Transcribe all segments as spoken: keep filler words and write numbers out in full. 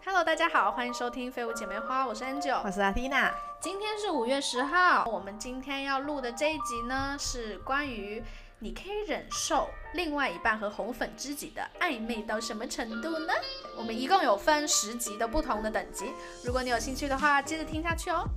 Hello， 大家好，欢迎收听废物姐妹花，我是 Angel， 我是阿缇娜。 今天是五月十号，我们今天要录的这一集呢，是关于你可以忍受另外一半和红粉知己的暧昧到什么程度呢？我们一共有分十集的不同的等级，如果你有兴趣的话，接着听下去哦。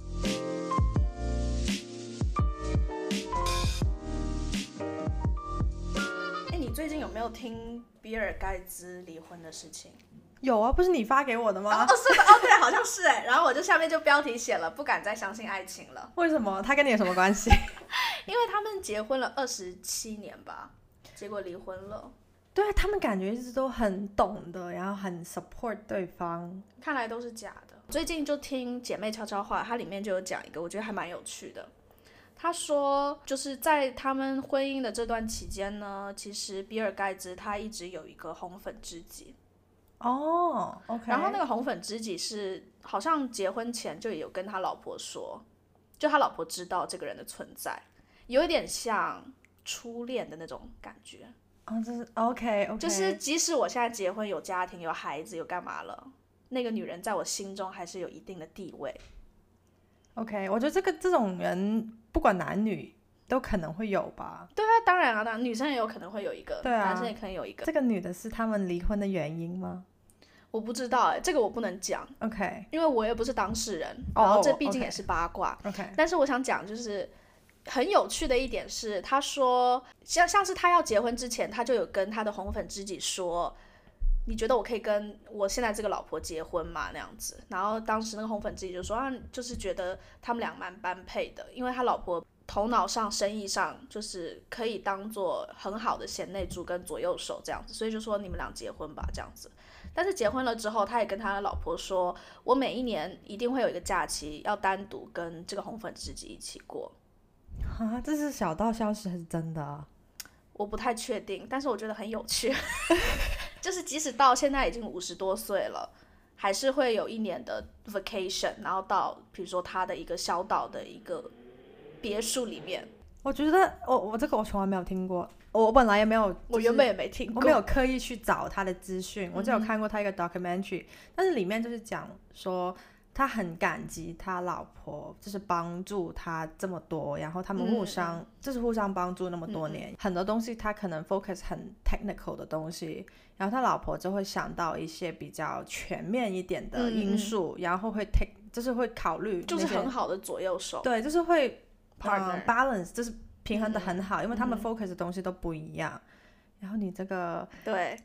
哎，你最近有没有听比尔盖茨离婚的事情？ 有啊，不是你发给我的吗？ 哦，是的，哦，对，好像是哎。然后我就下面就标题写了，不敢再相信爱情了。 为什么？他跟你有什么关系？ 因为他们结婚了二十七年吧，结果离婚了。 对，他们感觉一直都很懂的，然后很 support 对方。 看来都是假的。最近就听姐妹悄悄话，它里面就有讲一个，我觉得还蛮有趣的。他说，就是在他们婚姻的这段期间呢，其实比尔盖茨他一直有一个红粉知己。 哦、oh, ，OK。 然后那个红粉知己是好像结婚前就有跟他老婆说，就他老婆知道这个人的存在，有一点像初恋的那种感觉。 哦、oh, 这是 OK OK。 就是即使我现在结婚有家庭有孩子有干嘛了，那个女人在我心中还是有一定的地位。 OK， 我觉得这个这种人不管男女都可能会有吧。 对啊，当然了，当然女生也有可能会有一个， 对啊， 男生也可能有一个。 这个女的是他们离婚的原因吗？ 我不知道哎、欸，这个我不能讲 ，OK， 因为我也不是当事人， oh, 然后这毕竟也是八卦 ，OK。 但是我想讲，就是很有趣的一点是，他说像像是他要结婚之前，他就有跟他的红粉知己说，你觉得我可以跟我现在这个老婆结婚吗？那样子，然后当时那个红粉知己就说啊，就是觉得他们俩蛮般配的，因为他老婆头脑上、生意上就是可以当做很好的贤内助跟左右手这样子，所以就说你们俩结婚吧这样子。但是结婚了之后，他也跟他的老婆说，我每一年一定会有一个假期要单独跟这个红粉知己一起过。 啊，这是小道消息还是真的啊？ 我不太确定，但是我觉得很有趣。就是即使到现在已经五十多岁了，还是会有一年的 vacation， 然后到比如说他的一个小岛的一个别墅里面。 我觉得我我这个我从来没有听过，我本来也没有、就是， 我原本也没听过， 我没有刻意去找他的资讯，我只有看过他一个 documentary，、嗯、但是里面就是讲说他很感激他老婆，就是帮助他这么多，然后他们互相、嗯、就是互相帮助那么多年、嗯，很多东西他可能 focus 很 technical 的东西，然后他老婆就会想到一些比较全面一点的因素，嗯、然后会 take 就是会考虑， 就是很好的左右手， 对，就是会。 Partner、 嗯、balance 就是平衡的很好、嗯、因为他们 focus 的东西都不一样、嗯、然后你这个对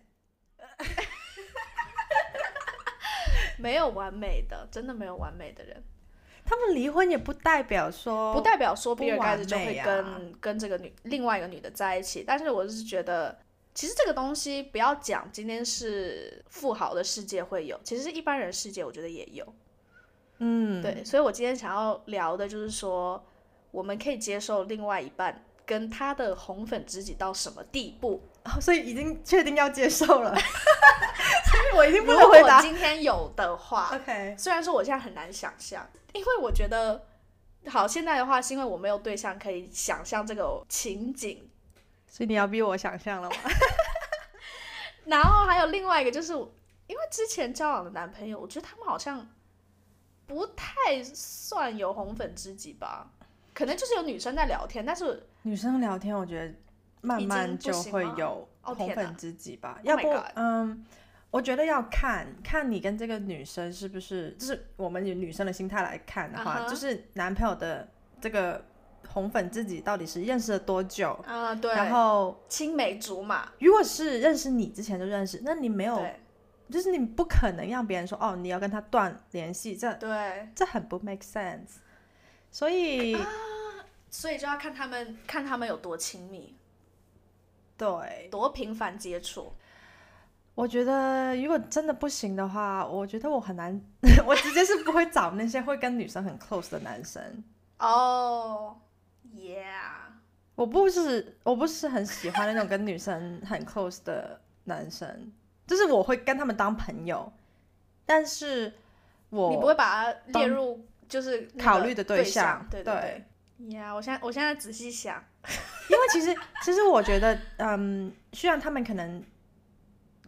没有完美的，真的没有完美的人。 他们离婚也不代表说不代表说比尔盖茨就会跟、 啊、 跟这个女另外一个女的在一起，但是我是觉得其实这个东西不要讲今天是富豪的世界会有，其实一般人世界我觉得也有。 嗯， 对，所以我今天想要聊的就是说我们可以接受另外一半跟他的红粉知己到什么地步、 哦、所以已经确定要接受了。所以我已经不能回答。 如果今天有的话 OK， 虽然说我现在很难想象，因为我觉得好现在的话是因为我没有对象可以想象这个情景， 所以你要逼我想象了吗？ 然后还有另外一个就是因为之前交往的男朋友，我觉得他们好像不太算有红粉知己吧，可能就是有女生在聊天，但是女生聊天我觉得慢慢就会有红粉知己吧、oh, 要不、oh、嗯，我觉得要看看你跟这个女生是不是，就是我们以女生的心态来看的话、uh-huh. 就是男朋友的这个红粉知己到底是认识了多久啊、uh, 对， 然后青梅竹马， 如果是认识你之前就认识，那你没有，就是你不可能让别人说哦你要跟他断联系，这对， 这很不 make sense。所以、啊、 所以就要看他们看他们有多亲密， 对， 多频繁接触。 我觉得如果真的不行的话，我觉得我很难我直接是不会找那些会跟女生很 close 的男生。 哦、oh, yeah， 我不是我不是很喜欢那种跟女生很 close 的男生，就是我会跟他们当朋友，但是我你不会把他列入就是考虑的对象， 对对对呀、yeah, 我现在我现在仔细想， 因为其实其实我觉得，嗯，虽然他们可能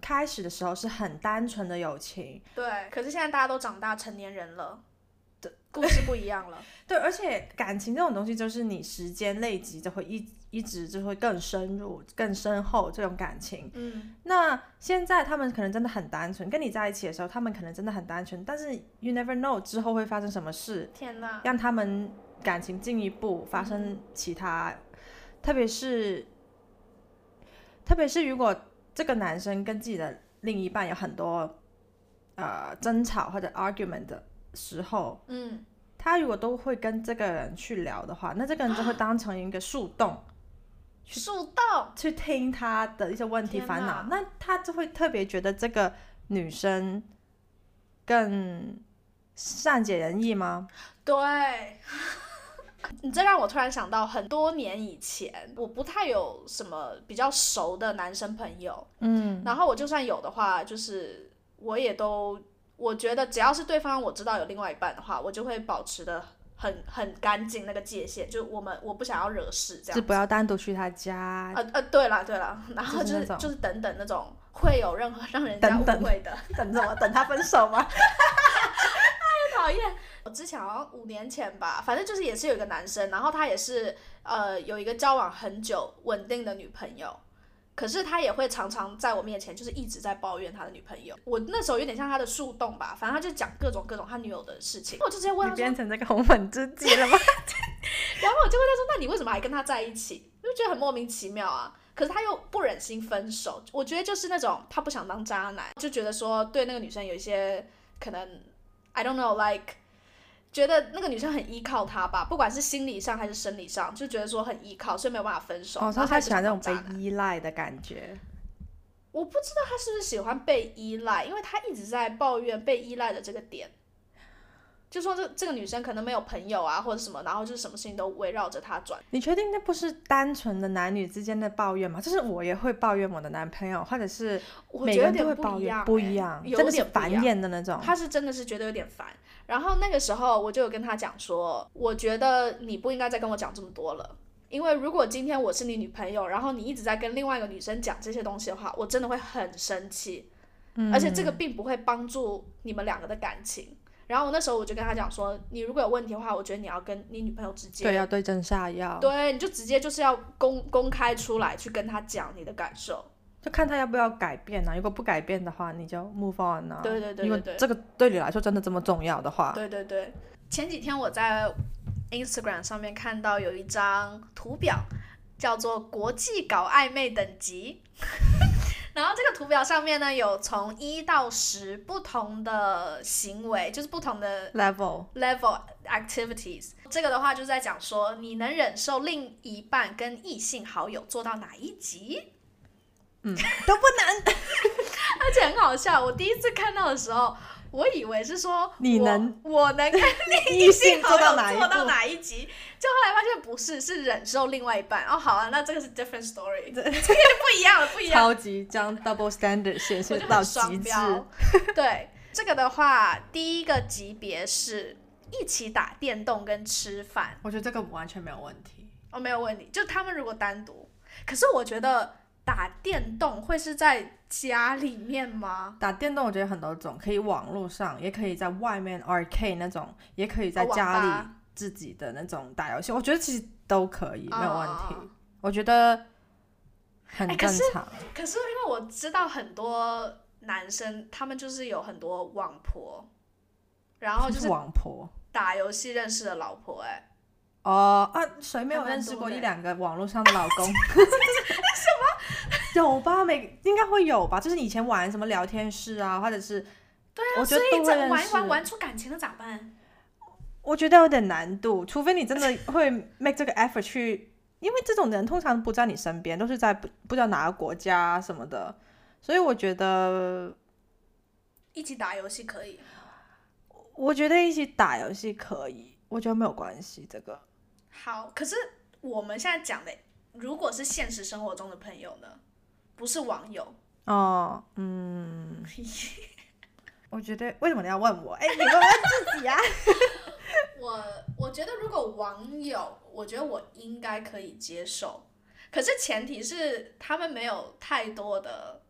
开始的时候是很单纯的友情。 对，可是现在大家都长大成年人了，故事不一样了。 对，而且感情这种东西就是你时间累积就会一一直就会更深入更深厚这种感情。 嗯， 那现在他们可能真的很单纯，跟你在一起的时候他们可能真的很单纯，但是 you never know 之后会发生什么事， 天哪， 让他们感情进一步发生其他、嗯、特别是特别是如果这个男生跟自己的另一半有很多呃争吵或者 argument 的时候， 嗯， 他如果都会跟这个人去聊的话，那这个人就会当成一个树洞， 树洞去听他的一些问题烦恼，那他就会特别觉得这个女生更善解人意吗？ 对。你这让我突然想到很多年以前我不太有什么比较熟的男生朋友， 嗯， 然后我就算有的话，就是我也都我觉得只要是对方我知道有另外一半的话，我就会保持的很很干净那个界限，就我们我不想要惹事这样子， 就不要单独去他家。 呃呃，对啦对啦，然后就是就是、就是等等那种会有任何让人家误会的， 等等什么？等他分手吗？ 太讨厌！我之前好像五年前吧，反正就是也是有一个男生，然后他也是呃有一个交往很久稳定的女朋友。可是他也会常常在我面前就是一直在抱怨他的女朋友，我那时候有点像他的树洞吧，反正他就讲各种各种他女友的事情，我就直接问他说， 你变成这个红粉知己了吗？ 然后我就问他说，那你为什么还跟他在一起？我就觉得很莫名其妙啊，可是他又不忍心分手，我觉得就是那种他不想当渣男，就觉得说对那个女生有一些可能 I don't know like觉得那个女生很依靠他吧，不管是心理上还是生理上，就觉得说很依靠，所以没有办法分手。 哦，所以他喜欢这种被依赖的感觉。 我不知道他是不是喜欢被依赖，因为他一直在抱怨被依赖的这个点，就说这这个女生可能没有朋友啊或者什么，然后就是什么事情都围绕着他转。 你确定那不是单纯的男女之间的抱怨吗？就是我也会抱怨我的男朋友，或者是每个人都会抱怨，不一样，真的是烦厌的那种。 他是真的是觉得有点烦。然后那个时候我就有跟他讲说，我觉得你不应该再跟我讲这么多了，因为如果今天我是你女朋友，然后你一直在跟另外一个女生讲这些东西的话，我真的会很生气、嗯、而且这个并不会帮助你们两个的感情。然后我那时候我就跟他讲说，你如果有问题的话，我觉得你要跟你女朋友直接， 对，要对症下药， 对，你就直接就是要公公开出来去跟他讲你的感受， 就看他要不要改变啊，如果不改变的话你就 move on 啊。 对对对对对， 如果这个对你来说真的这么重要的话。 对对对。前几天我在 Instagram 上面看到有一张图表叫做国际搞暧昧等级然后这个图表上面呢有从一到十不同的行为，就是不同的 level level activities。这个的话就是在讲说你能忍受另一半跟异性好友做到哪一级。 嗯，都不能而且很好笑，我第一次看到的时候我以为是说你能我, 我能跟异性好友做到哪一集，就后来发现不是，是忍受另外一半。哦，好啊，那这个是 different story， 这个不一样了，不一样了， 超级将 double standard 显示到极致。 对，这个的话，第一个级别是一起打电动跟吃饭。 我觉得这个完全没有问题。 哦，没有问题，就他们如果单独，可是我觉得打电动会是在家里面吗？ 打电动我觉得很多种，可以网络上，也可以在外面 arcade 那种，也可以在家里自己的那种打游戏、哦、我觉得其实都可以、哦、没有问题，我觉得很正常、欸、 可是, 可是因为我知道很多男生他们就是有很多网婆，然后就是网婆打游戏认识的老婆。哎、欸， 哦啊，谁没有认识过一两个网络上的老公？什么？有吧，每应该会有吧，就是你以前玩什么聊天室啊，或者是对啊，我觉得都会认识。所以这玩一玩玩出感情了咋办？ 我觉得有点难度，除非你真的会 make 这个 effort 去，因为这种人通常不在你身边，都是在 不, 不知道哪个国家什么的，所以我觉得一起打游戏可以。 我觉得一起打游戏可以，我觉得没有关系这个。 好，可是我们现在讲的如果是现实生活中的朋友呢，不是网友。 哦，嗯我觉得为什么你要问我？哎、欸，你问问自己啊我我觉得如果网友，我觉得我应该可以接受，可是前提是他们没有太多的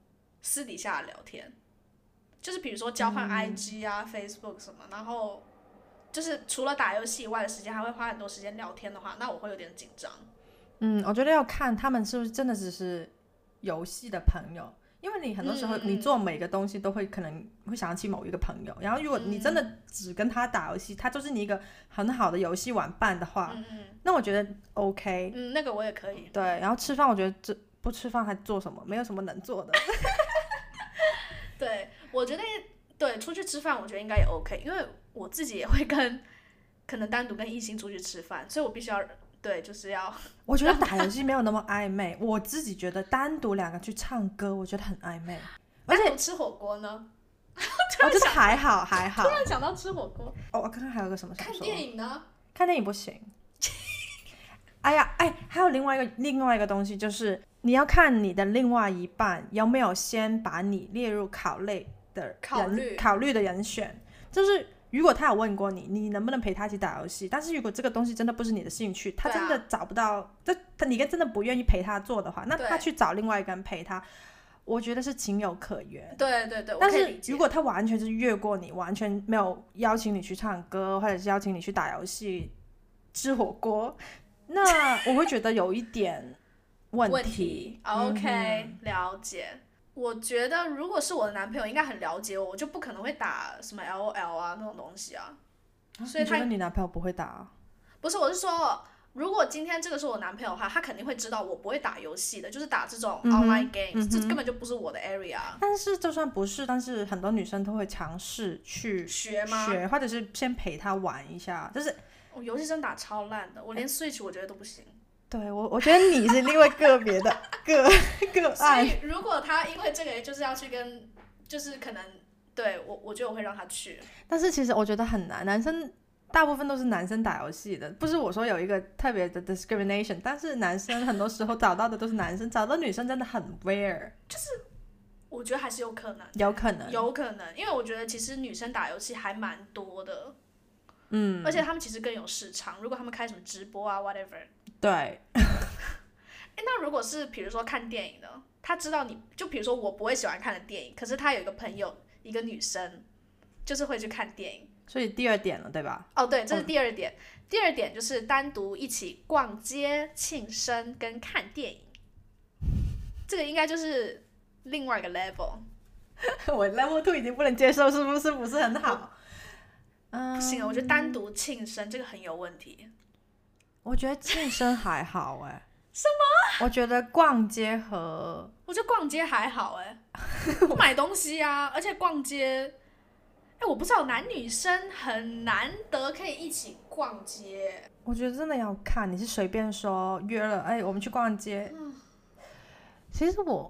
私底下的聊天，就是比如说交换 I G 啊、嗯、Facebook 什么，然后就是除了打游戏以外的时间还会花很多时间聊天的话，那我会有点紧张。 嗯，我觉得要看他们是不是真的只是游戏的朋友，因为你很多时候你做每个东西都会可能会想起某一个朋友，然后如果你真的只跟他打游戏，他就是你一个很好的游戏玩伴的话， 嗯嗯， 那我觉得 OK。 嗯，那个我也可以。 对，然后吃饭我觉得这不吃饭还做什么？没有什么能做的。 对，我觉得对出去吃饭我觉得应该也 OK， 因为我自己也会跟可能单独跟异性出去吃饭，所以我必须要对就是要我觉得打游戏没有那么暧昧我自己觉得单独两个去唱歌我觉得很暧昧，而且吃火锅呢我觉得还好还好。 突然想到吃火锅。 哦，我刚刚还有个什么想说？ 看电影呢？ 看电影不行。哎呀，哎，还有另外一个另外一个东西，就是你要看你的另外一半有没有先把你列入考虑的人考虑考虑的人选，就是如果他有问过你，你能不能陪他一起打游戏？但是如果这个东西真的不是你的兴趣，他真的找不到，这、啊、你真的不愿意陪他做的话，那他去找另外一个人陪他。我觉得是情有可原。 对对对， 但是如果他完全就是越过你，完全没有邀请你去唱歌，或者是邀请你去打游戏、吃火锅，那我会觉得有一点问题。 问题 OK、嗯、了解。我觉得如果是我的男朋友应该很了解我，我就不可能会打什么 L O L 啊那种东西啊。所以他你觉得你男朋友不会打啊？ 不是，我是说如果今天这个是我男朋友的话，他肯定会知道我不会打游戏的，就是打这种 online games、嗯、这根本就不是我的 area。 但是就算不是，但是很多女生都会尝试去学吗？ 学，或者是先陪他玩一下。就是我游戏真打超烂的，我连 Switch 我觉得都不行。 对，我我觉得你是另外个别的个个案。 所以如果他因为这个就是要去跟，就是可能对我我觉得我会让他去。 但是其实我觉得很难，男生大部分都是男生打游戏的，不是我说有一个特别的 discrimination， 但是男生很多时候找到的都是男生，找到女生真的很 rare。 就是我觉得还是有可能， 有可能有可能，因为我觉得其实女生打游戏还蛮多的， 嗯， 而且他们其实更有市场，如果他们开什么直播啊 whatever。 对。 那如果是比如说看电影呢，他知道你就比如说我不会喜欢看的电影，可是他有一个朋友一个女生就是会去看电影， 所以第二点了对吧？ 哦对，这是第二点、哦、第二点就是单独一起逛街庆生跟看电影，这个应该就是另外一个 level。 我 level two 已经不能接受，是不是不是很好？ 不行啊，我觉得单独庆生这个很有问题。 我觉得庆生还好哎、欸。 什么？ 我觉得逛街和我觉得逛街还好哎、欸，买东西啊，而且逛街，哎、欸，我不知道男女生很难得可以一起逛街。 我觉得真的要看，你是随便说约了，哎、欸，我们去逛街。嗯、其实我，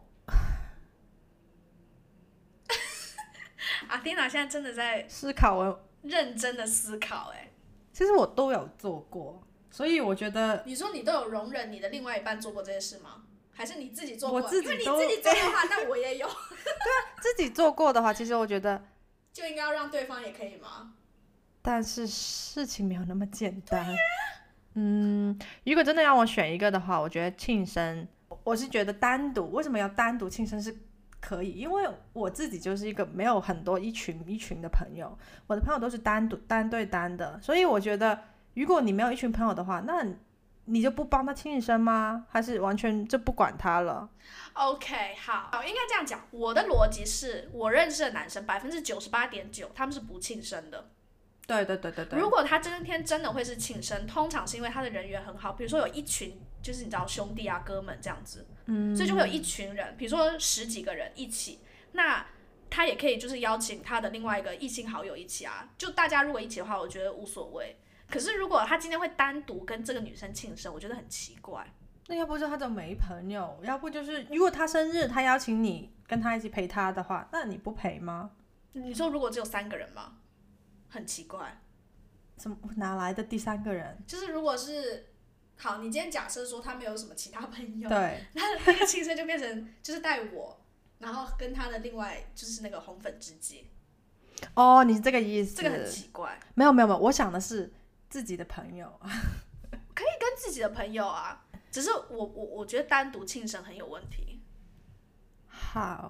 阿蒂娜现在真的在思考，我认真的思考哎、欸。 其实我都有做过。所以我觉得， 你说你都有容忍你的另外一半做过这些事吗？还是你自己做过？ 我自己都， 因为你自己做的话，那我也有。对啊，自己做过的话，其实我觉得就应该要让对方也可以吗？ 但是事情没有那么简单。嗯，如果真的让我选一个的话，我觉得庆生，我是觉得单独，为什么要单独庆生是可以？因为我自己就是一个没有很多一群一群的朋友，我的朋友都是单独单对单的，所以我觉得。如果你没有一群朋友的话，那你就不帮他庆生吗？还是完全就不管他了 ？OK， 好，应该这样讲。我的逻辑是我认识的男生百分之九十八点九他们是不庆生的。 对对对对对。 如果他今天真的会是庆生，通常是因为他的人缘很好，比如说有一群就是你知道兄弟啊哥们这样子，嗯，所以就会有一群人，比如说十几个人一起，那他也可以就是邀请他的另外一个异性好友一起啊，就大家如果一起的话，我觉得无所谓。可是如果他今天会单独跟这个女生庆生，我觉得很奇怪。 那要不就他就没朋友，要不就是如果他生日他邀请你跟他一起陪他的话，那你不陪吗？ 你说如果只有三个人吗？很奇怪。 怎么哪来的第三个人？ 就是如果是好，你今天假设说他没有什么其他朋友， 对， 那那个庆生就变成就是带我，然后跟他的另外就是那个红粉知己。 哦，你是这个意思？ 这个很奇怪。 没有没有没有，我想的是。自己的朋友可以跟自己的朋友啊，只是我我我觉得单独庆生很有问题。 好，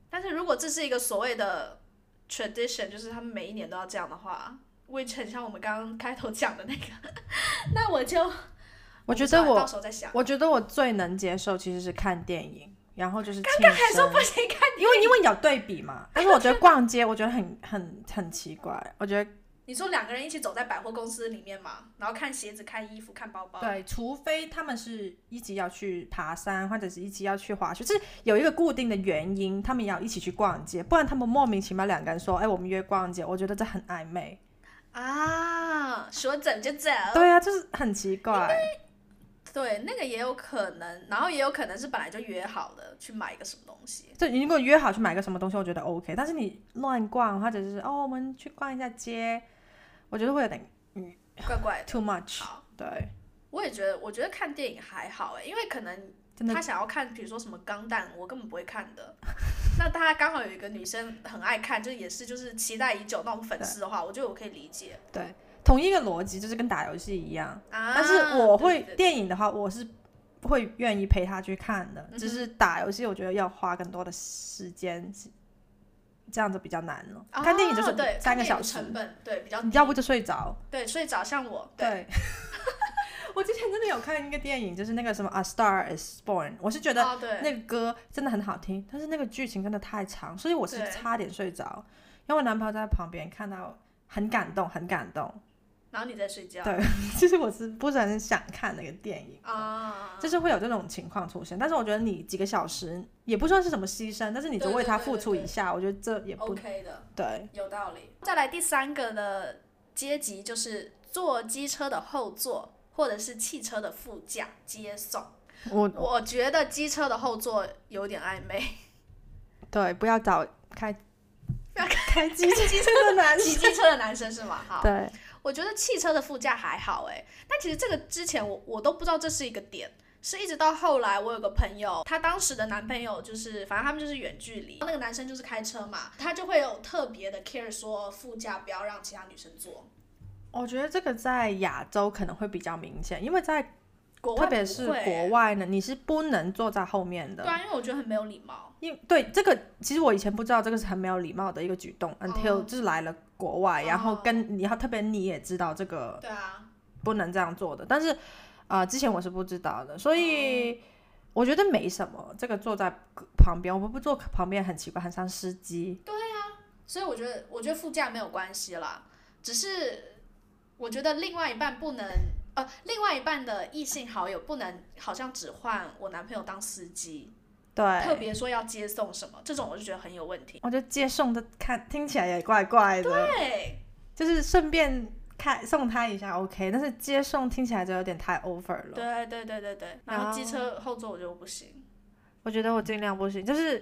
但是如果这是一个所谓的 tradition， 就是他们每一年都要这样的话，which很像我们刚刚开头讲的那个，那我就我觉得我到时候再想。 我觉得我最能接受其实是看电影，然后就是刚刚还说不行看电影， 因为因为有对比嘛。但是我觉得逛街，我觉得很很很奇怪。我觉得你说两个人一起走在百货公司里面嘛，然后看鞋子、看衣服、看包包。 对，除非他们是一起要去爬山，或者是一起要去滑雪，就是有一个固定的原因，他们也要一起去逛街，不然他们莫名其妙两个人说，哎，我们约逛街，我觉得这很暧昧啊，说走就走。 对啊，就是很奇怪。 对，那个也有可能，然后也有可能是本来就约好的去买一个什么东西。 就你如果约好去买个什么东西，我觉得 OK， 但是你乱逛，或者是哦，我们去逛一下街，我觉得会有点嗯怪怪的 ，too much。 好， 对， 我也觉得，我觉得看电影还好哎，因为可能他想要看，比如说什么钢弹，我根本不会看的。那他刚好有一个女生很爱看，就也是就是期待已久那种粉丝的话，我觉得我可以理解。 对。同一个逻辑就是跟打游戏一样， 啊、 但是我会对对对电影的话，我是会愿意陪他去看的。 嗯、 只是打游戏，我觉得要花更多的时间，这样子比较难了。 啊、 看电影就是对三个小时， 成本对比较低， 你要不就睡着。 对，睡着像我。 对， 对我之前真的有看一个电影，就是那个什么《A Star Is Born》，我是觉得那个歌真的很好听，但是那个剧情真的太长，所以我是差点睡着。因为我男朋友在旁边看到很感动，很感动。 然后你在睡觉。 对，其实我是不是很想看那个电影啊， 就是会有这种情况出现。但是我觉得你几个小时也不算是什么牺牲，但是你就为他付出一下， 对对对对对， 我觉得这也不 OK 的， 对， 有道理。再来第三个的阶级就是坐机车的后座或者是汽车的副驾接送。 我我觉得机车的后座有点暧昧。 对，不要找开开机车的男生， 骑机车的男生是吗？好， 对。 我觉得汽车的副驾还好哎，但其实这个之前我我都不知道这是一个点，是一直到后来我有个朋友，她当时的男朋友就是反正他们就是远距离，那个男生就是开车嘛，他就会有特别的 care 说副驾不要让其他女生坐。 我觉得这个在亚洲可能会比较明显，因为在国外特别是国外呢，你是不能坐在后面的。 对啊，因为我觉得很没有礼貌。 因为对这个，其实我以前不知道这个是很没有礼貌的一个举动、哦、，until 就是来了国外，然后跟你要特别你也知道这个， 对啊， 不能这样做的。但是呃，之前我是不知道的，所以我觉得没什么。这个坐在旁边，我们不坐旁边很奇怪，很像司机。 对啊，所以我觉得我觉得副驾没有关系啦，只是我觉得另外一半不能。呃，另外一半的异性好友不能好像只换我男朋友当司机， 对， 特别说要接送什么，这种我就觉得很有问题。 我觉得接送的看听起来也怪怪的， 对， 就是顺便开送他一下 OK， 但是接送听起来就有点太 over 了。 对对对对对，然后机车后座我就不行， 我觉得我尽量不行，就是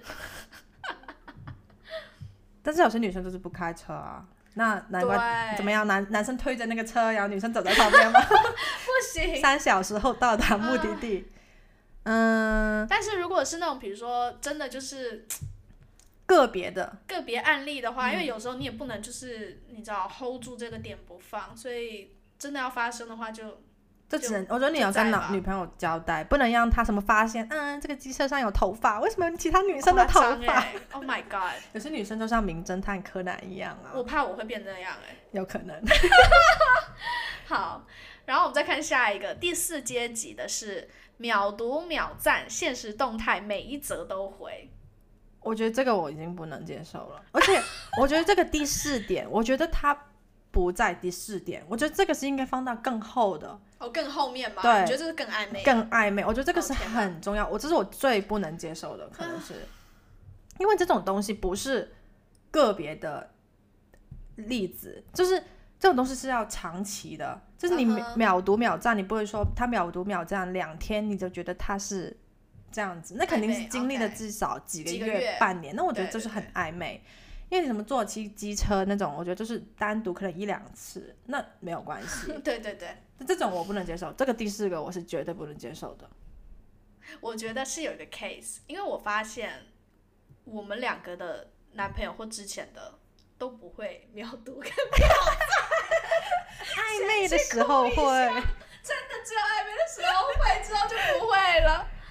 但是有些女生就是不开车啊。那难怪怎么样？男男生推着那个车，然后女生走在旁边吗？ 不行。 三小时后到达目的地。嗯。 嗯但是如果是那种比如说真的就是个别的个别案例的话，嗯、因为有时候你也不能就是你知道 hold 住这个点不放，所以真的要发生的话就。 这只能我觉得你要跟女朋友交代，不能让她什么发现，嗯，这个机车上有头发，为什么有其他女生的头发、 欸、？Oh my god！ 有些女生就像名侦探柯南一样啊。 我怕我会变那样哎、欸。 有可能。 好，然后我们再看下一个第四阶级的是秒读秒赞，现实动态每一则都回。 我觉得这个我已经不能接受了，而且我觉得这个第四点，我觉得它不在第四点，我觉得这个是应该放到更后的。 哦，更后面吗？ 对， 你觉得这是更暧昧？ 更暧昧，我觉得这个是很重要。哦、我这是我最不能接受的，可能是、啊、因为这种东西不是个别的例子，就是这种东西是要长期的，就是你秒读秒赞，你不会说他秒读秒赞两天你就觉得他是这样子，那肯定是经历了至少几个月、 个月半年，那我觉得就是很暧昧。對對對，因为你什么坐骑机车那种，我觉得就是单独可能一两次，那没有关系。 对对对， 这种我不能接受，这个第四个我是绝对不能接受的。 我觉得是有一个 case， 因为我发现我们两个的男朋友或之前的都不会秒读跟秒赞， 暧昧的时候会， 真的只有暧昧的时候会，之后就不会了。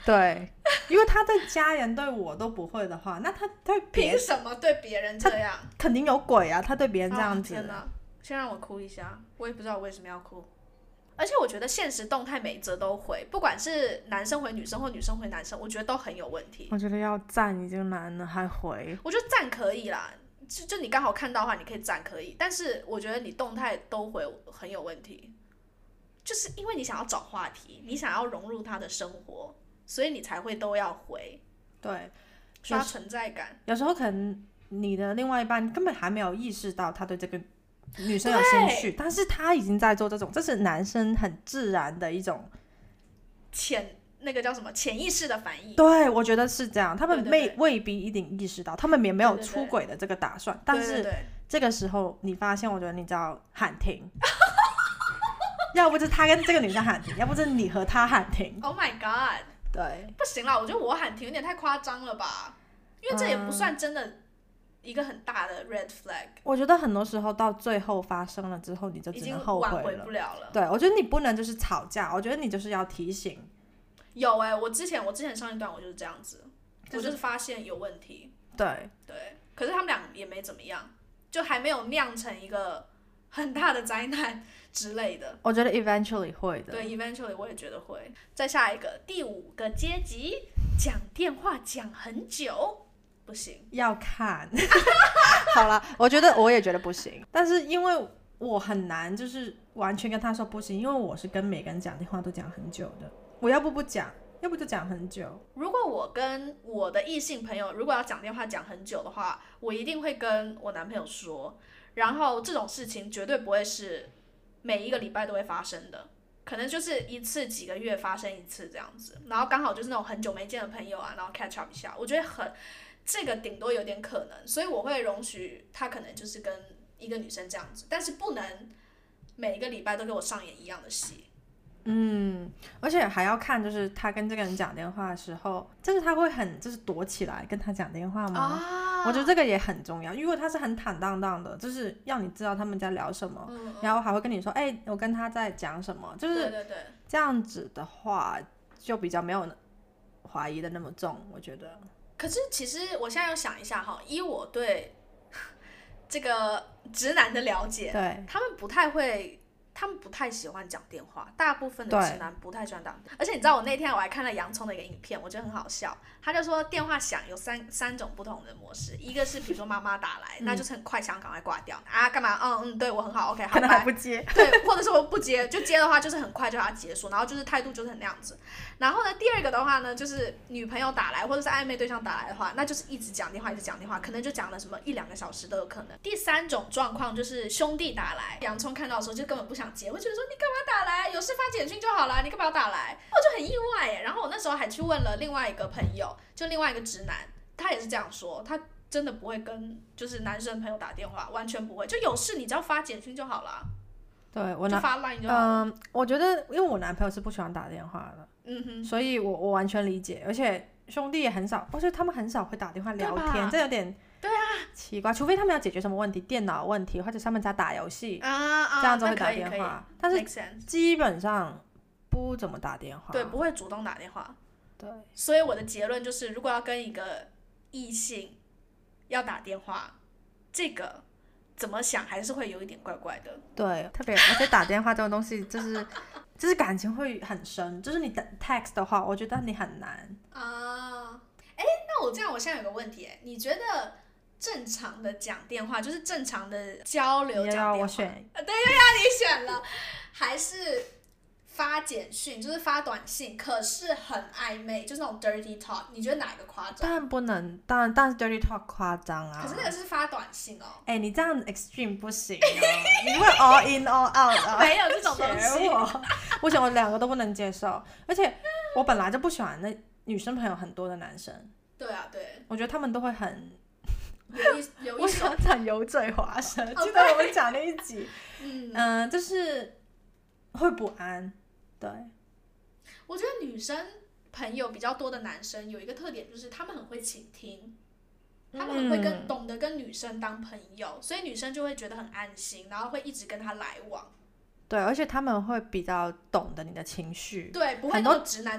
对，因为他对家人对我都不会的话，那他对别凭什么对别人这样？ 肯定有鬼啊！他对别人这样子。 哦、天哪！先让我哭一下，我也不知道我为什么要哭。而且我觉得现实动态每一则都回，不管是男生回女生或女生回男生，我觉得都很有问题。 我觉得要赞你这个男的还回， 我觉得赞可以啦，就就你刚好看到的话，你可以赞可以，但是我觉得你动态都回很有问题，就是因为你想要找话题，你想要融入他的生活，所以你才会都要回， 对， 刷存在感。 有时候可能你的另外一半根本还没有意识到他对这个女生有兴趣，但是他已经在做这种，这是男生很自然的一种潜那个叫什么潜意识的反应。 对，我觉得是这样，他们对对对未未必一定意识到，他们也没有出轨的这个打算， 对对对， 但是对对对这个时候你发现，我觉得你只要喊停，要不就是他跟这个女生喊停，要不就是你和他喊停。 Oh my god！ 对， 不行啦，我觉得我喊停有点太夸张了吧，因为这也不算真的一个很大的 red flag。 我觉得很多时候到最后发生了之后，你就只能后悔了， 已经挽回不了了。 对，我觉得你不能就是吵架，我觉得你就是要提醒。 有哎、欸，我之前我之前上一段我就是这样子，就是、我就是发现有问题。 对对，可是他们俩也没怎么样，就还没有酿成一个很大的灾难之类的。 我觉得 eventually 会的。 对 ，eventually 我也觉得会。再下一个第五个阶级，讲电话讲很久，不行。 要看。好了，我觉得我也觉得不行，但是因为我很难就是完全跟他说不行，因为我是跟每个人讲电话都讲很久的，我要不不讲，要不就讲很久。 如果我跟我的异性朋友如果要讲电话讲很久的话，我一定会跟我男朋友说，然后这种事情绝对不会是每一个礼拜都会发生的，可能就是一次几个月发生一次这样子，然后刚好就是那种很久没见的朋友啊，然后 catch up 一下，我觉得很这个顶多有点可能，所以我会容许他可能就是跟一个女生这样子，但是不能每一个礼拜都给我上演一样的戏。 嗯，而且还要看，就是他跟这个人讲电话的时候，就是他会很就是躲起来跟他讲电话吗？ 啊， 我觉得这个也很重要，因为他是很坦荡荡的，就是要你知道他们在聊什么， 嗯嗯然后还会跟你说，哎、欸，我跟他在讲什么，就是这样子的话，就比较没有怀疑的那么重，我觉得。 可是其实我现在要想一下哈，依我对这个直男的了解， 对， 他们不太会。他们不太喜欢讲电话，大部分的直男不太喜欢讲电话。而且你知道，我那天我还看了洋葱的一个影片，我觉得很好笑。他就说电话响有三三种不同的模式，一个是比如说妈妈打来，嗯、那就是很快想赶快挂掉啊，干嘛？嗯嗯，对我很好 ，OK， 好， 可能还不接， 对，或者是我不接，就接的话就是很快就要结束，然后就是态度就是很那样子。然后呢，第二个的话呢，就是女朋友打来或者是暧昧对象打来的话，那就是一直讲电话，一直讲电话，可能就讲了什么一两个小时都有可能。第三种状况就是兄弟打来，洋葱看到的时候就根本不想接，会觉得说你干嘛打来？有事发简讯就好了，你干嘛要打来？我就很意外耶。然后我那时候还去问了另外一个朋友，就另外一个直男，他也是这样说，他真的不会跟就是男生朋友打电话，完全不会，就有事你只要发简讯就好了。 对，我就发 line 就好了。 嗯，我觉得因为我男朋友是不喜欢打电话的， 嗯哼， 所以我我完全理解，而且兄弟也很少，我觉得他们很少会打电话聊天，这有点对啊奇怪，除非他们要解决什么问题，电脑问题，或者他们在打游戏啊啊， 这样子会打电话，但是基本上不怎么打电话， 对，不会主动打电话， 对， 所以我的结论就是，如果要跟一个异性要打电话，这个怎么想还是会有一点怪怪的。 对，特别而且打电话这种东西，就是就是感情会很深，就是你等 text 的话，我觉得你很难啊。哎，那我这样，我现在有个问题，你觉得正常的讲电话，就是正常的交流讲电话， 我选， 呃，对，又让你选了，还是发简讯，就是发短信，可是很暧昧，就是那种 dirty talk， 你觉得哪一个夸张？ 当然不能，当然当然 dirty talk 夸张啊。 可是那个是发短信哦。 哎、欸，你这样 extreme 不行哦，你会 all in all out 啊。 没有这种东西。 我，我想我两个都不能接受，而且我本来就不喜欢那女生朋友很多的男生。 对啊，对。 我觉得他们都会很。 有一有一我想讲油嘴滑舌，记得我们讲那一集，嗯、呃，就是会不安。对， 我觉得女生朋友比较多的男生有一个特点，就是他们很会倾听，他们很会跟、嗯、懂得跟女生当朋友，所以女生就会觉得很安心，然后会一直跟他来往。 对，而且他们会比较懂得你的情绪， 对，不会那么直男脑。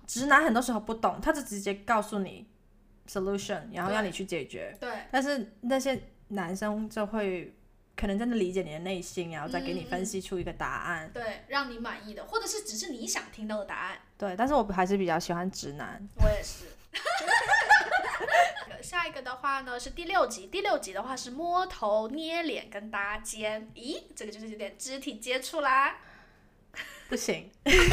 直男很多时候不懂，他就直接告诉你 solution， 然后让你去解决。 对。 但是那些男生就会可能真的理解你的内心，然后再给你分析出一个答案。 嗯、对，让你满意的，或者是只是你想听到的答案。 对，但是我还是比较喜欢直男。 我也是。下一个的话呢是第六集，第六集的话是摸头、捏脸跟搭肩。咦，这个就是有点肢体接触啦。 不行。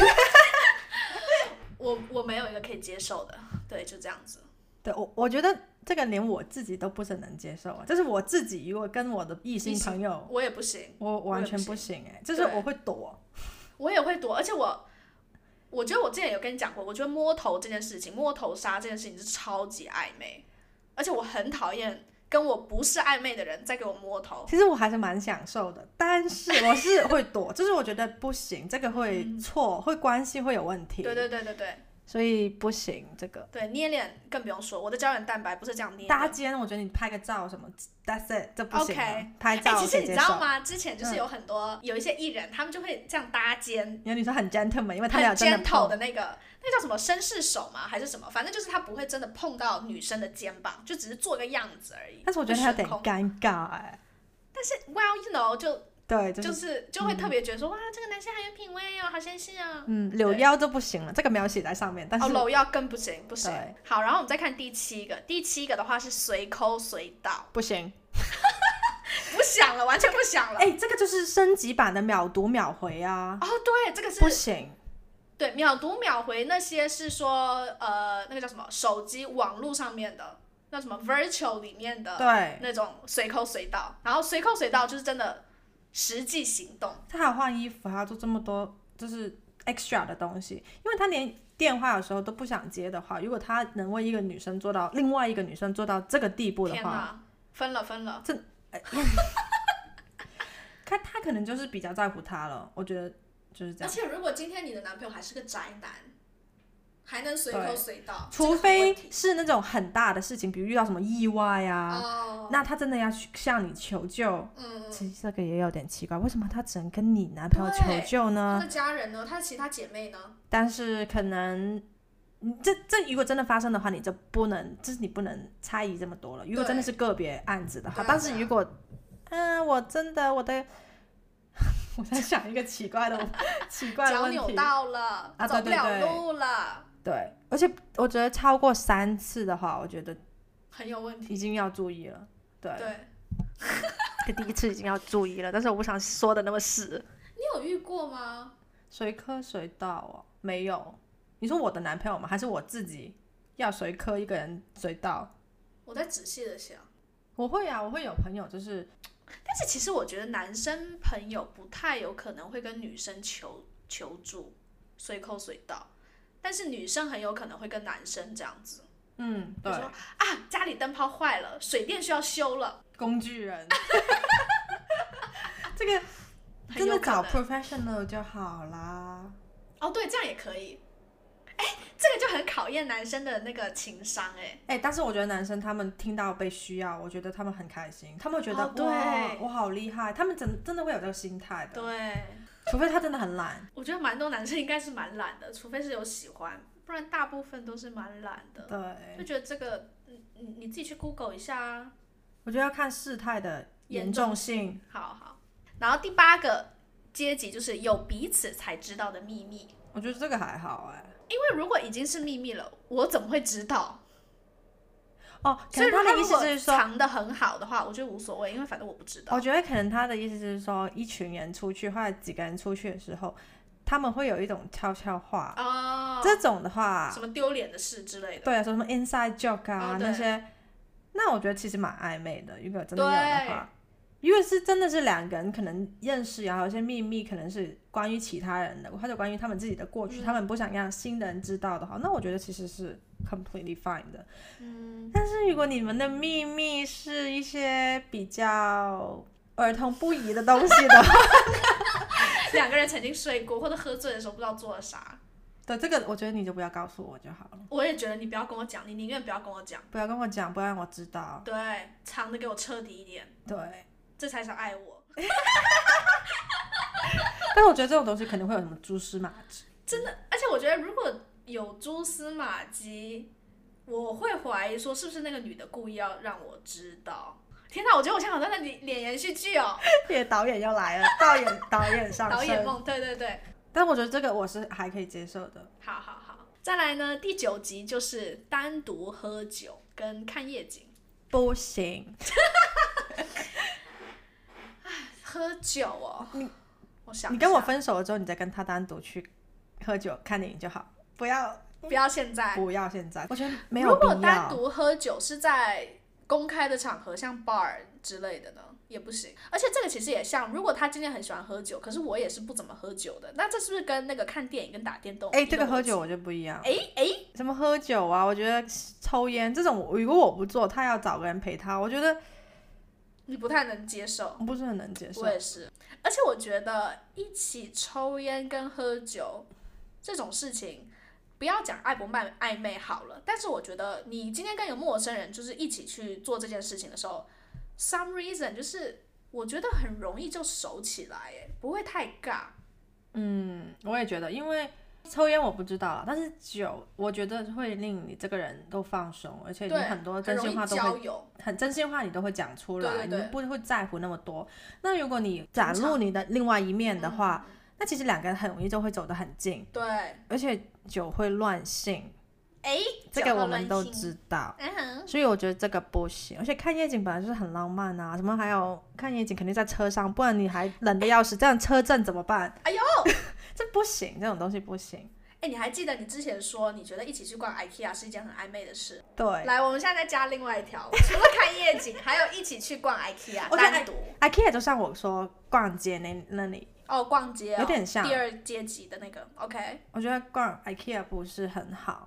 我我没有一个可以接受的，对，就这样子。 对，我我觉得这个连我自己都不是能接受啊，就是我自己如果跟我的异性朋友， 我也不行， 我完全不行哎、欸，就是我会躲。 我也会躲，而且我我觉得我之前有跟你讲过，我觉得摸头这件事情，摸头杀这件事情是超级暧昧，而且我很讨厌跟我不是暧昧的人再给我摸头。 其实我还是蛮享受的，但是我是会躲，就是我觉得不行，这个会错，嗯、会关系会有问题。 对对对对对。 所以不行，这个对捏脸更不用说，我的胶原蛋白不是这样捏的。 搭肩，我觉得你拍个照什么 ，that's it， 这不行、啊。 OK， 拍照、 欸、其实你知道吗？之前就是有很多、嗯、有一些艺人，他们就会这样搭肩。 因为你说很 gentleman， 因为他们有真的碰。 很 gentle 的那个，那个叫什么绅士手吗？还是什么？反正就是他不会真的碰到女生的肩膀，就只是做个样子而已。 但是我觉得他有点尴尬哎、欸。 但是 well you know 就。 对，就是、就是就会特别觉得说、嗯、哇，这个男生很有品味哦，好纤细哦。 嗯，搂腰就不行了，这个没有写在上面，但是哦，搂腰更不行，不行。好，然后我们再看第七个，第七个的话是随抠随到， 不行， 不想了，完全不想了。 哎、欸，这个就是升级版的秒读秒回啊。 哦，对，这个是不行。 对，秒读秒回那些是说呃，那个叫什么，手机网络上面的。那什么 virtual 里面的对那种随抠随到，然后随抠随到就是真的。实际行动， 他还要换衣服，还要做这么多就是 extra 的东西，因为他连电话有时候都不想接的话，如果他能为一个女生做到另外一个女生做到这个地步的话， 分了分了， 这，欸、他他可能就是比较在乎他了，我觉得就是这样。 而且如果今天你的男朋友还是个宅男，还能随口随到， 除非是那种很大的事情，比如遇到什么意外啊， oh. 那他真的要去向你求救。 嗯， 其实这个也有点奇怪，为什么他只能跟你男朋友求救呢？ 他的家人呢？他的其他姐妹呢？ 但是可能，这这如果真的发生的话，你就不能，就是你不能猜疑这么多了。如果真的是个别案子的话，但是如果，嗯、呃，我真的我的。我在想一个奇怪的奇怪的问题， 脚扭到了，啊、走不了路了。 对，而且我觉得超过三次的话，我觉得很有问题， 已经要注意了。对， 对， 第一次已经要注意了，但是我不想说的那么死。 你有遇过吗？ 随磕随到哦，没有。你说我的男朋友吗？还是我自己要随磕一个人随到？ 我在仔细的想， 我会啊，我会有朋友就是。 但是其实我觉得男生朋友不太有可能会跟女生求求助，随口随到，但是女生很有可能会跟男生这样子， 嗯，对， 比如说啊，家里灯泡坏了，水电需要修了， 工具人，这个真的找 professional 就好啦。 哦，对，这样也可以。哎，这个就很考验男生的那个情商哎。 哎，但是我觉得男生他们听到被需要，我觉得他们很开心，他们会觉得、 哦、对哇，我好厉害，他们真真的会有这个心态的。 对， 除非他真的很懒。 我觉得蛮多男生应该是蛮懒的，除非是有喜欢，不然大部分都是蛮懒的。 对， 就觉得这个，你你自己去 Google 一下啊。 我觉得要看事态的严重性。 好好，然后第八个阶级就是有彼此才知道的秘密。 我觉得这个还好哎。 因为如果已经是秘密了，我怎么会知道？ 哦， 所以他的意思是说藏得很好的话，我觉得无所谓，因为反正我不知道。 我觉得可能他的意思是说，一群人出去或者几个人出去的时候，他们会有一种悄悄话。 哦， 这种的话， 什么丢脸的事之类的。 对啊，说什么 inside joke 啊、哦、那些，那我觉得其实蛮暧昧的。如果真的有的话，如果是真的是两个人可能认识，然后有些秘密可能是关于其他人的，或者关于他们自己的过去、嗯，他们不想让新的人知道的话，那我觉得其实是 completely fine 的。嗯，但是如果你们的秘密是一些比较儿童不宜的东西的话， 两个人曾经睡过，或者喝醉的时候不知道做了啥。 对，这个我觉得你就不要告诉我就好了。 我也觉得你不要跟我讲，你宁愿不要跟我讲。 不要跟我讲，不要让我知道。 对，藏的给我彻底一点。 对。 这才是爱我。 但是我觉得这种东西可能会有什么蛛丝马迹。 真的，而且我觉得如果有蛛丝马迹，我会怀疑说是不是那个女的故意要让我知道。天哪，我觉得我现在好像在演演延续剧哦。 也导演要来了，导演导演上升， 导演梦，对对对。 但我觉得这个我是还可以接受的。 好好好，再来呢，第九集就是单独喝酒跟看夜景。 不行。 喝酒哦， 你我想你跟我分手了之后，你再跟他单独去喝酒看电影就好，不要不要现在， 不要现在，我觉得没有必要。 如果单独喝酒是在公开的场合，像 bar 之类的呢，也不行。而且这个其实也像，如果他今天很喜欢喝酒，可是我也是不怎么喝酒的，那这是不是跟那个看电影跟打电动？ 哎，这个喝酒我就不一样。 哎哎， 什么喝酒啊？我觉得抽烟这种，如果我不做，他要找个人陪他，我觉得你不太能接受。 不是很能接受。 我也是，而且我觉得一起抽烟跟喝酒这种事情。不要讲暧不暧昧好了，但是我觉得你今天跟一个陌生人就是一起去做这件事情的时候 ，some reason 就是我觉得很容易就熟起来，哎，不会太尬。 嗯，我也觉得，因为抽烟我不知道了，但是酒我觉得会令你这个人都放松，而且你很多真心话都会 很, 很真心话你都会讲出来， 对对对， 你不会在乎那么多。那如果你展露你的另外一面的话，嗯，那其实两个人很容易就会走得很近。 对， 而且酒会乱性， 哎， 这个我们都知道， 嗯， 所以我觉得这个不行。而且看夜景本来就是很浪漫啊，什么还有看夜景肯定在车上，不然你还冷得要死，这样车震怎么办？ 哎呦， 这不行，这种东西不行。 哎，你还记得你之前说你觉得一起去逛 IKEA 是一件很暧昧的事？ 对， 来，我们现在再加另外一条，除了看夜景，还有一起去逛 IKEA， 单独。 IKEA 就像我说逛街那那里。 哦，逛街，哦， 有点像第二阶级的那个 ，OK。 我觉得逛 IKEA 不是很好，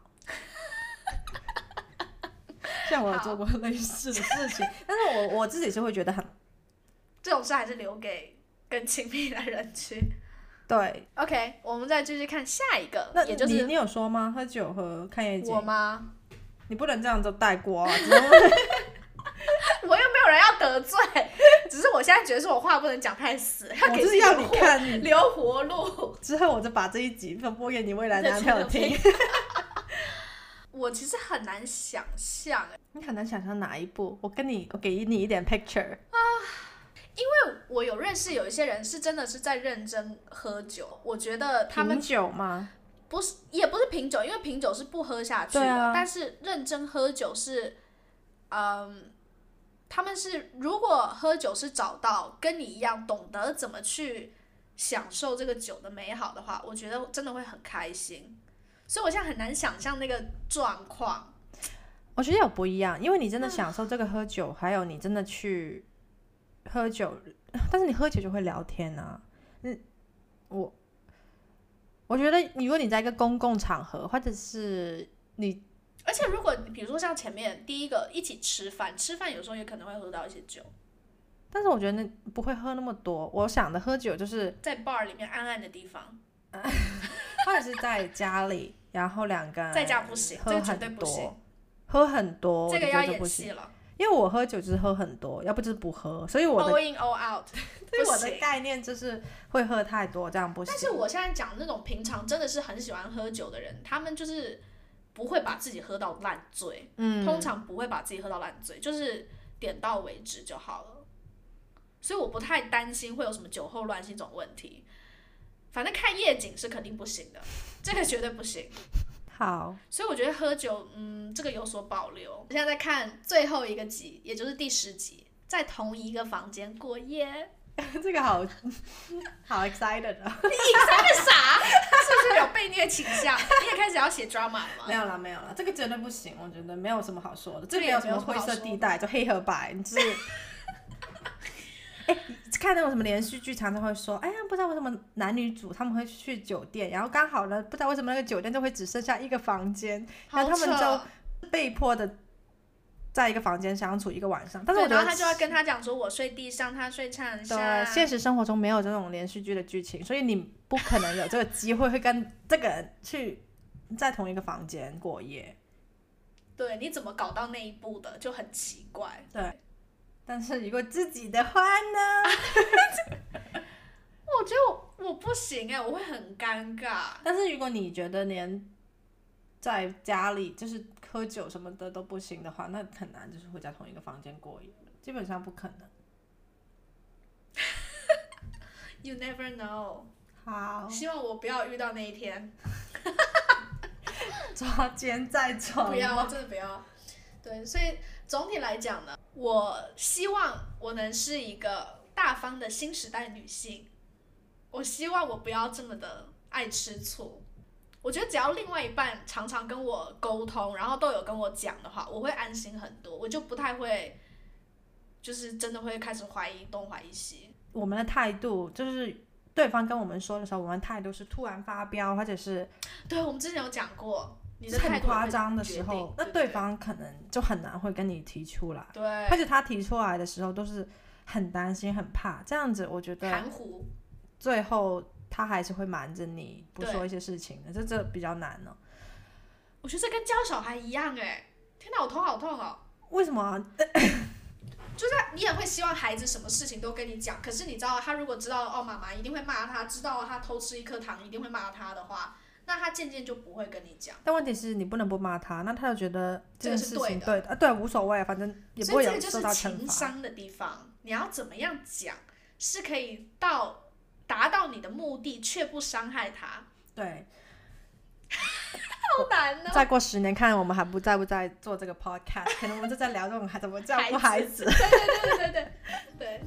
像我有做过类似的事情，但是我我自己是会觉得很， 这种事还是留给更亲密的人去。 对 ，OK， 我们再继续看下一个， 那也就是你你有说吗？喝酒和看夜景？ 我吗？ 你不能这样就带过啊！ 我又没有人要得罪，只是我现在觉得是我话不能讲太死，要给自己要你看留活路。 之后我就把这一集分播给你未来男朋友听。 我其实很难想象， 你很难想象哪一部？我跟你，我给你一点 picture 啊，因为我有认识有一些人是真的是在认真喝酒，我觉得他们品酒吗？ 不是，也不是品酒，因为品酒是不喝下去的，啊，但是认真喝酒是，嗯。他们是如果喝酒是找到跟你一样懂得怎么去享受这个酒的美好的话，我觉得真的会很开心。所以我现在很难想象那个状况。 我觉得有不一样，因为你真的享受这个喝酒，还有你真的去喝酒，但是你喝酒就会聊天啊。嗯，我我觉得如果你在一个公共场合，或者是你。 而且如果比如说像前面第一个一起吃饭，吃饭有时候也可能会喝到一些酒， 但是我觉得那不会喝那么多。我想的喝酒就是在 bar 里面暗暗的地方， 或者是在家里，然后两个人在家不行， 喝很多， 这个绝对不行， 喝很多， 这个要演戏了。 因为我喝酒就是喝很多，要不就是不喝，所以我的 all in all out， 所以我的概念就是会喝太多，这样不行。 但是我现在讲那种平常真的是很喜欢喝酒的人，他们就是不会把自己喝到烂醉，嗯，通常不会把自己喝到烂醉，就是点到为止就好了。所以我不太担心会有什么酒后乱性这种问题。反正看夜景是肯定不行的，这个绝对不行。 好， 所以我觉得喝酒，嗯，这个有所保留。我现在在看最后一个集，也就是第十集，在同一个房间过夜。 这个好好 excited 啊！ 你 excited 啥？是不是有被虐倾向？你也开始要写 drama 了吗？ 没有啦，没有啦，这个绝对不行，我觉得没有什么好说的，这没有什么灰色地带，就黑和白，你就是。哎，看那种什么连续剧，常常会说，哎呀，不知道为什么男女主他们会去酒店，然后刚好呢，不知道为什么那个酒店就会只剩下一个房间，然后他们就被迫的在一个房间相处一个晚上。但是我觉得， 然后他就要跟他讲说，我睡地上，他睡床下。 对，现实生活中没有这种连续剧的剧情，所以你不可能有这个机会会跟这个人去在同一个房间过夜。 对，你怎么搞到那一步的，就很奇怪。 对。但是如果自己的话呢？ 我觉得 我, 我不行哎、欸，我会很尴尬。 但是如果你觉得连在家里就是喝酒什么的都不行的话，那很难就是会在同一个房间过夜，基本上不可能。 You never know。 好， 希望我不要遇到那一天。 抓奸在床。 不要，真的不要。对，所以总体来讲呢，我希望我能是一个大方的新时代女性。我希望我不要这么的爱吃醋。我觉得只要另外一半常常跟我沟通，然后都有跟我讲的话，我会安心很多，我就不太会，就是真的会开始怀疑东怀疑西。 我们的态度就是对方跟我们说的时候，我们态度是突然发飙，或者是对，我们之前有讲过，你的态很度夸张的时候，那对对方可能就很难会跟你提出来。 对， 而且他提出来的时候都是很担心、很怕，这样子我觉得含糊， 最后他还是会瞒着你不说一些事情的，这这比较难哦。 我觉得这跟教小孩一样哎，天哪，我头好痛哦。 为什么啊？ 就是你也会希望孩子什么事情都跟你讲，可是你知道他如果知道哦妈妈一定会骂他，知道他偷吃一颗糖一定会骂他的话，那他渐渐就不会跟你讲。 但问题是你不能不骂他，那他就觉得这件事情这个是对的对的，啊对，无所谓，反正也不会有受到所以这个就是情惩罚。 商的地方，你要怎么样讲是可以到达到你的目的，却不伤害他。 对， 好难哦。 再过十年看我们还不在不在做这个 podcast， 可能我们就在聊这种怎么照顾孩子。 对对对对对对。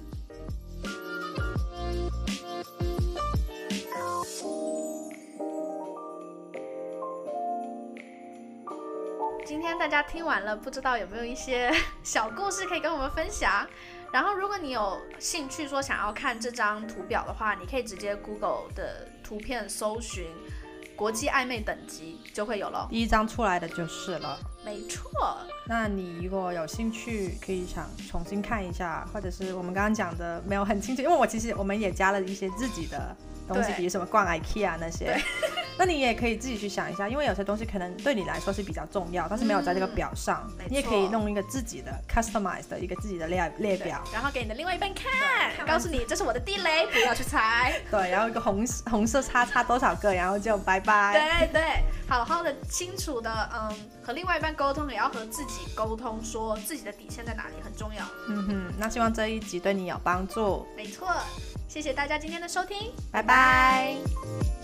今天大家听完了，不知道有没有一些小故事可以跟我们分享？然后，如果你有兴趣说想要看这张图表的话，你可以直接 Google 的图片搜寻国际暧昧等级就会有了。 第一张出来的就是了。 没错。 那你如果有兴趣，可以想重新看一下，或者是我们刚刚讲的没有很清楚，因为我其实我们也加了一些自己的东西，比如什么逛 IKEA 那些。那你也可以自己去想一下，因为有些东西可能对你来说是比较重要，但是没有在这个表上， 嗯、 你也可以弄一个自己的 customize 的一个自己的列列表， 然后给你的另外一半看，告诉你这是我的地雷，不要去踩。 对，然后一个红红色叉叉多少个，然后就拜拜。 对对，好好的清楚的，嗯，和另外一半沟通，也要和自己沟通，说自己的底线在哪里很重要。 嗯哼，那希望这一集对你有帮助。 没错，谢谢大家今天的收听， 拜拜。